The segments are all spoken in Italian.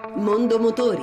Mondo Motori.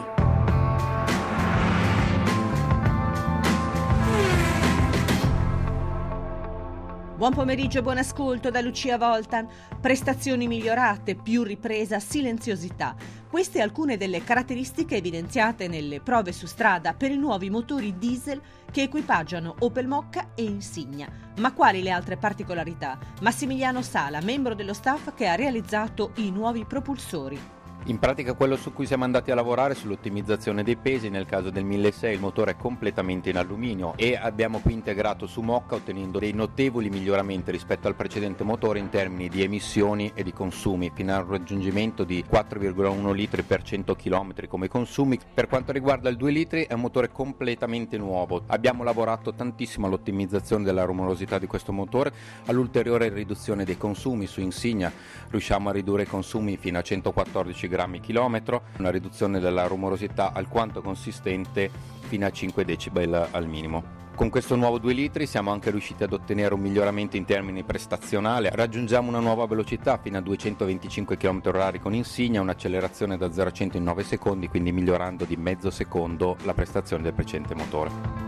Buon pomeriggio e buon ascolto da Lucia Voltan. Prestazioni migliorate, più ripresa, silenziosità. Queste alcune delle caratteristiche evidenziate nelle prove su strada per i nuovi motori diesel che equipaggiano Opel Mokka e Insigna. Ma quali le altre particolarità? Massimiliano Sala, membro dello staff che ha realizzato i nuovi propulsori. In pratica quello su cui siamo andati a lavorare è sull'ottimizzazione dei pesi. Nel caso del 1600 il motore è completamente in alluminio e abbiamo qui integrato su Mokka, ottenendo dei notevoli miglioramenti rispetto al precedente motore in termini di emissioni e di consumi, fino al raggiungimento di 4,1 litri per 100 km come consumi. Per quanto riguarda il 2 litri è un motore completamente nuovo. Abbiamo lavorato tantissimo all'ottimizzazione della rumorosità di questo motore, all'ulteriore riduzione dei consumi. Su Insigna riusciamo a ridurre i consumi fino a 114 grammi chilometro, una riduzione della rumorosità alquanto consistente fino a 5 decibel al minimo. Con questo nuovo 2 litri siamo anche riusciti ad ottenere un miglioramento in termini prestazionali. Raggiungiamo una nuova velocità fino a 225 km/h con Insignia, un'accelerazione da 0 a 100 in 9 secondi, quindi migliorando di mezzo secondo la prestazione del precedente motore.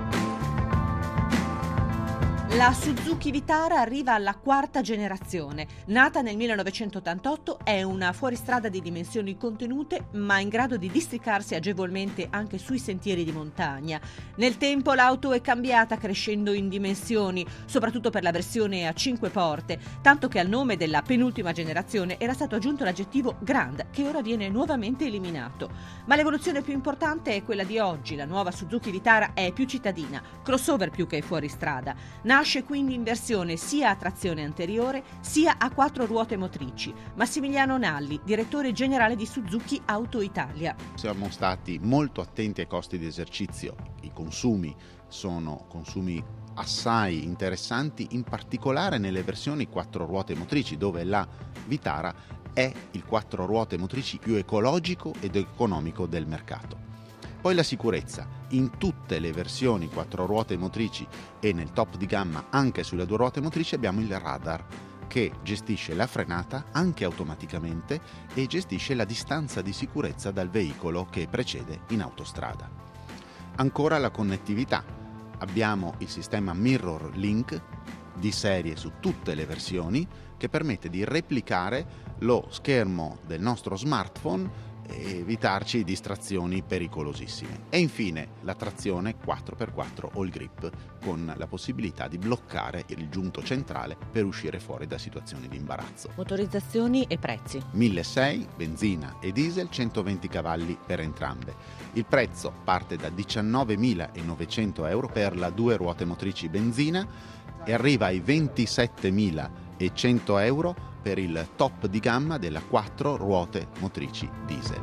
La Suzuki Vitara arriva alla quarta generazione. Nata nel 1988, è una fuoristrada di dimensioni contenute, ma in grado di districarsi agevolmente anche sui sentieri di montagna. Nel tempo l'auto è cambiata, crescendo in dimensioni, soprattutto per la versione a 5 porte, tanto che al nome della penultima generazione era stato aggiunto l'aggettivo Grand, che ora viene nuovamente eliminato. Ma l'evoluzione più importante è quella di oggi. La nuova Suzuki Vitara è più cittadina, crossover più che fuoristrada. Nasce quindi in versione sia a trazione anteriore sia a 4 ruote motrici. Massimiliano Nalli, direttore generale di Suzuki Auto Italia. Siamo stati molto attenti ai costi di esercizio. I consumi sono consumi assai interessanti, in particolare nelle versioni 4 ruote motrici, dove la Vitara è il 4 ruote motrici più ecologico ed economico del mercato. Poi la sicurezza. In tutte le versioni 4 ruote motrici e nel top di gamma anche sulle 2 ruote motrici abbiamo il radar che gestisce la frenata anche automaticamente e gestisce la distanza di sicurezza dal veicolo che precede in autostrada. Ancora la connettività. Abbiamo il sistema Mirror Link di serie su tutte le versioni che permette di replicare lo schermo del nostro smartphone e evitarci distrazioni pericolosissime. E infine la trazione 4x4 all grip con la possibilità di bloccare il giunto centrale per uscire fuori da situazioni di imbarazzo. Motorizzazioni e prezzi. 1600, benzina e diesel, 120 cavalli per entrambe. Il prezzo parte da 19.900 euro per la 2 ruote motrici benzina e arriva ai 27.100 euro per il top di gamma della 4 ruote motrici diesel.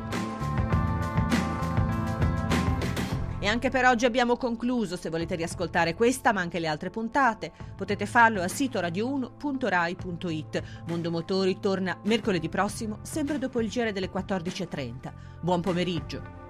E anche per oggi abbiamo concluso. Se volete riascoltare questa ma anche le altre puntate, potete farlo al sito radio1.rai.it. Mondo Motori torna mercoledì prossimo, sempre dopo il GR delle 14.30. Buon pomeriggio.